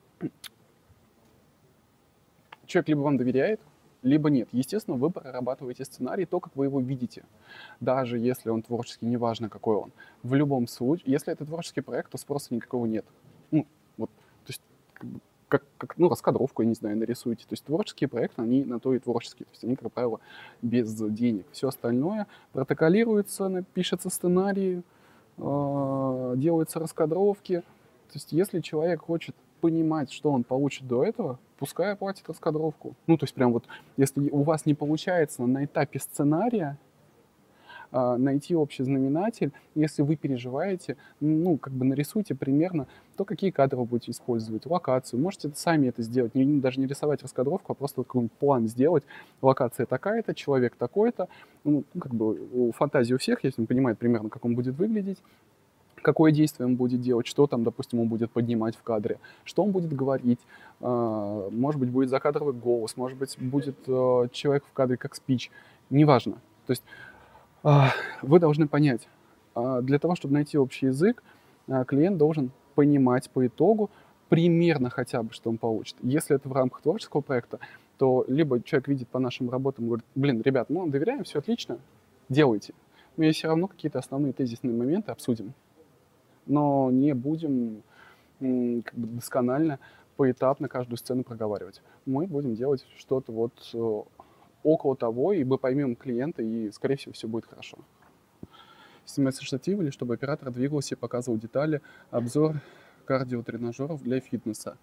A: Человек либо вам доверяет, либо нет. Естественно, вы прорабатываете сценарий, то, как вы его видите. Даже если он творческий, неважно, какой он. В любом случае, если это творческий проект, то спроса никакого нет. Ну, вот, то есть, раскадровку, я не знаю, нарисуйте. То есть творческие проекты, они на то и творческие. То есть они, как правило, без денег. Все остальное протоколируется, пишется сценарий, делаются раскадровки. То есть если человек хочет понимать, что он получит до этого, пускай оплатит раскадровку. Ну, то есть прям вот, если у вас не получается на этапе сценария, найти общий знаменатель. Если вы переживаете, нарисуйте примерно то, какие кадры вы будете использовать, локацию. Можете сами это сделать, даже не рисовать раскадровку, а просто какой-нибудь план сделать. Локация такая-то, человек такой-то. Фантазия у всех есть, он понимает примерно, как он будет выглядеть, какое действие он будет делать, что там, допустим, он будет поднимать в кадре, что он будет говорить, может быть, будет закадровый голос, может быть, будет человек в кадре как спич, неважно. То есть вы должны понять, для того, чтобы найти общий язык, клиент должен понимать по итогу примерно хотя бы, что он получит. Если это в рамках творческого проекта, то либо человек видит по нашим работам и говорит, блин, ребят, мы вам доверяем, все отлично, делайте. Но есть все равно какие-то основные тезисные моменты обсудим. Но не будем досконально, поэтапно каждую сцену проговаривать. Мы будем делать что-то около того, и мы поймем клиента, и, скорее всего, все будет хорошо. Снимать со штатива, или чтобы оператор двигался и показывал детали. Обзор кардиотренажеров для фитнеса.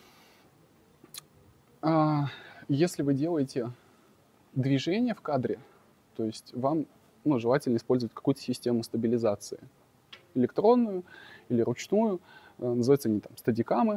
A: Если вы делаете движение в кадре, то есть вам желательно использовать какую-то систему стабилизации. Электронную или ручную. Называются они там стадикамы.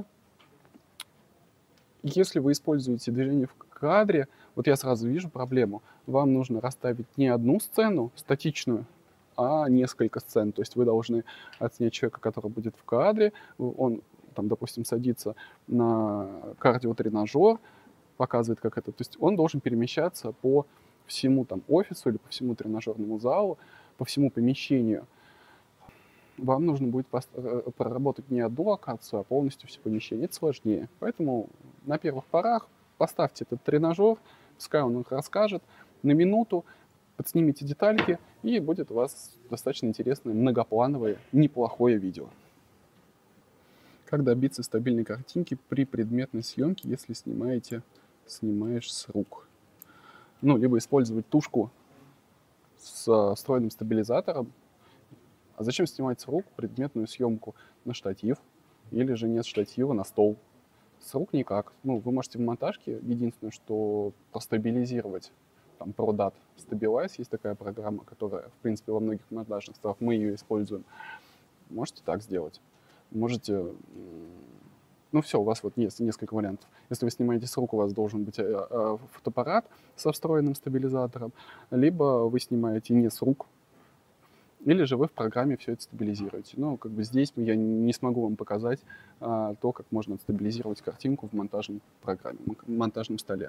A: Если вы используете движение в кадре, вот я сразу вижу проблему. Вам нужно расставить не одну сцену статичную, а несколько сцен. То есть вы должны отснять человека, который будет в кадре. Он, там, допустим, садится на кардиотренажер, показывает, как это. То есть он должен перемещаться по всему там офису или по всему тренажерному залу, по всему помещению. Вам нужно будет проработать не одну локацию, а полностью все помещение. Это сложнее. Поэтому на первых порах поставьте этот тренажер, пускай он их расскажет на минуту, подснимите детальки, и будет у вас достаточно интересное, многоплановое, неплохое видео. Как добиться стабильной картинки при предметной съемке, если снимаешь с рук? Либо использовать тушку с встроенным стабилизатором. А зачем снимать с рук предметную съемку на штатив или же не с штатива на стол? С рук никак. Вы можете в монтажке, единственное, что простабилизировать, там, ProDAT Stabilize, есть такая программа, которая, в принципе, во многих монтажных столах, мы ее используем. Можете так сделать. Можете... все, у вас есть несколько вариантов. Если вы снимаете с рук, у вас должен быть фотоаппарат со встроенным стабилизатором, либо вы снимаете не с рук, или же вы в программе все это стабилизируете. Здесь я не смогу вам показать то, как можно стабилизировать картинку в монтажной программе, в монтажном столе.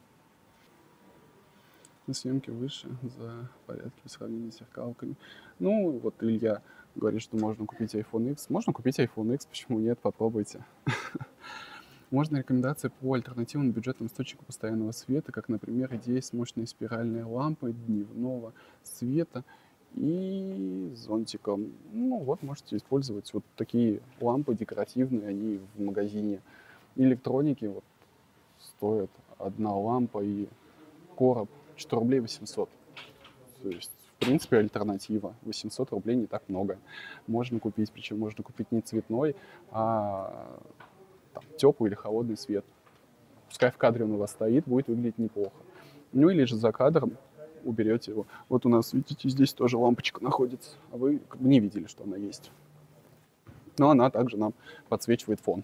A: На съемке выше за порядки в сравнении с зеркалками. Илья говорит, что можно купить iPhone X. Можно купить iPhone X, почему нет, попробуйте. Можно рекомендации по альтернативным бюджетным источникам постоянного света, как, например, идея с мощной спиральной лампой дневного света и зонтиком. Можете использовать такие лампы декоративные, они в магазине электроники стоят одна лампа и короб 4 рублей 800. То есть, в принципе, альтернатива. 800 рублей не так много. Можно купить, причем можно купить не цветной, а теплый или холодный свет. Пускай в кадре он у вас стоит, будет выглядеть неплохо. Или же за кадром уберете его. Вот у нас, видите, здесь тоже лампочка находится, а вы не видели, что она есть. Но она также нам подсвечивает фон.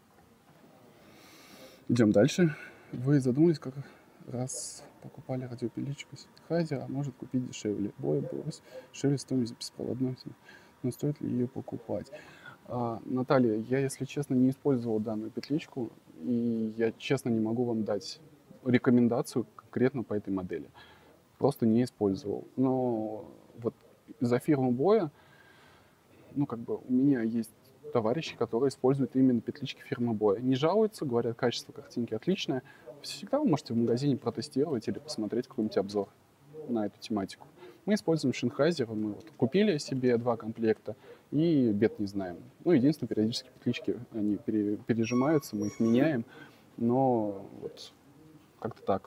A: Идем дальше. Вы задумались, как раз покупали радиопиличку Sennheiser, а может купить дешевле. Дешевле стоимость беспроводной. Но стоит ли ее покупать? Наталья, я, если честно, не использовал данную петличку, и я, честно, не могу вам дать рекомендацию конкретно по этой модели. Просто не использовал. Но за фирму Боя, у меня есть товарищи, которые используют именно петлички фирмы Боя. Не жалуются, говорят, качество картинки отличное. Всегда вы можете в магазине протестировать или посмотреть какой-нибудь обзор на эту тематику. Мы используем Sennheiser, мы купили себе 2 комплекта и бед не знаем. Единственное, периодически петлички, они пережимаются, мы их меняем, но как-то так.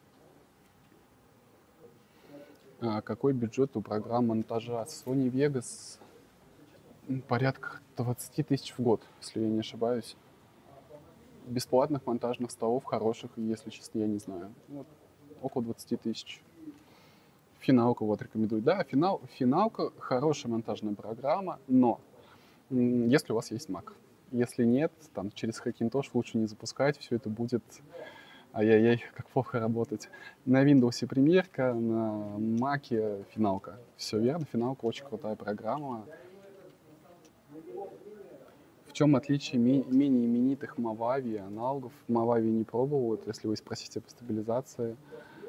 A: Какой бюджет у программ монтажа? Sony Vegas порядка 20 тысяч в год, если я не ошибаюсь. Бесплатных монтажных столов хороших, если честно, я не знаю. Около 20 тысяч. Финалку вот рекомендую. Да, финалка хорошая монтажная программа, но если у вас есть Mac. Если нет, там через Hackintosh лучше не запускать, все это будет, ай-яй-яй, как плохо работать. На Windows премьерка, на Mac финалка. Все верно, финалка очень крутая программа. В чем отличие менее именитых Movavi аналогов? Movavi не пробовал, вот если вы спросите по стабилизации,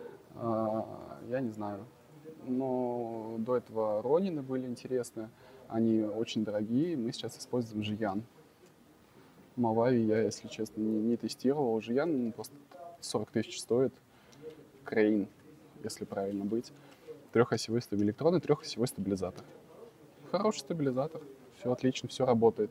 A: я не знаю. Но до этого Ронины были интересны, они очень дорогие, мы сейчас используем Жиян. Movavi я, если честно, не тестировал. Жиян просто 40 тысяч стоит. Crane, если правильно быть. Трехосевой электронный трехосевой стабилизатор. Хороший стабилизатор, все отлично, все работает.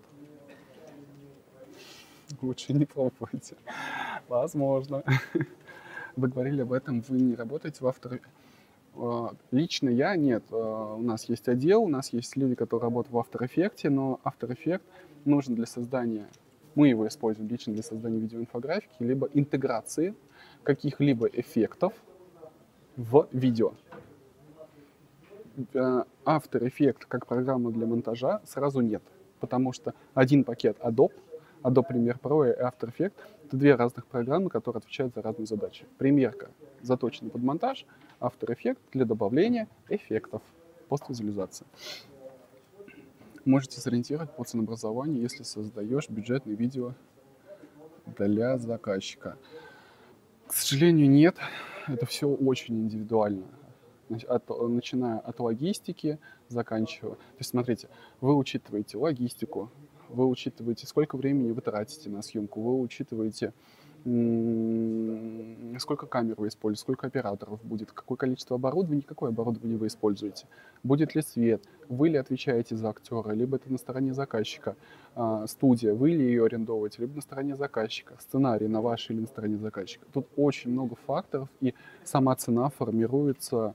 A: Лучше не пробуйте. Возможно. Вы говорили об этом, вы не работаете в After Effects. Лично я нет. У нас есть отдел, у нас есть люди, которые работают в After Effects, но After Effects нужен для создания, мы его используем лично для создания видеоинфографики, либо интеграции каких-либо эффектов в видео. After Effects как программа для монтажа сразу нет, потому что один пакет Adobe Premiere Pro и After Effects — это две разных программы, которые отвечают за разные задачи. Премьерка заточена под монтаж, After Effects для добавления эффектов, поствизуализации. Можете сориентировать по ценообразованию, если создаешь бюджетное видео для заказчика. К сожалению, нет. Это все очень индивидуально. Начиная от логистики, заканчивая. То есть, смотрите, вы учитываете логистику, вы учитываете, сколько времени вы тратите на съемку, вы учитываете, сколько камер вы используете, сколько операторов будет, какое количество оборудования, какое оборудование вы используете, будет ли свет, вы ли отвечаете за актера, либо это на стороне заказчика, студия, вы ли ее арендовываете, либо на стороне заказчика, сценарий на вашей или на стороне заказчика. Тут очень много факторов, и сама цена формируется,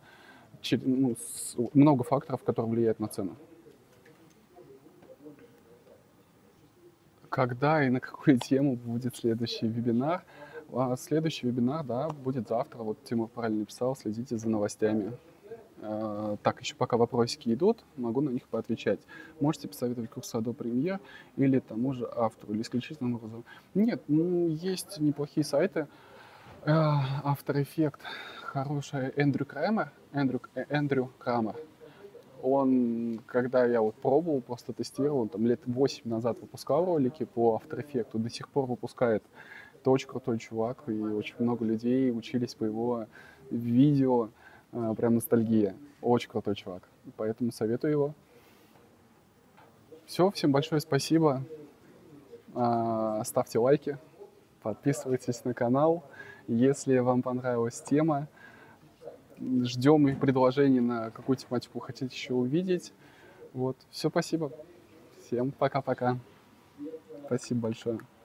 A: много факторов, которые влияют на цену. Когда и на какую тему будет следующий вебинар? Следующий вебинар, да, будет завтра. Вот Тимур правильно написал, следите за новостями. Так, еще пока вопросики идут, могу на них поотвечать. Можете посоветовать курс Adobe Premiere или тому же автору, или исключительно образом. Нет, есть неплохие сайты. After Effects хороший Эндрю Крамер. Он, когда я вот пробовал, просто тестировал, он там лет 8 назад выпускал ролики по After Effects, до сих пор выпускает. Это очень крутой чувак, и очень много людей учились по его видео. Прям ностальгия. Очень крутой чувак. Поэтому советую его. Все, всем большое спасибо. Ставьте лайки, подписывайтесь на канал. Если вам понравилась тема, ждем их предложений, на какую тематику вы хотите еще увидеть. Вот. Все, спасибо. Всем пока-пока. Спасибо большое.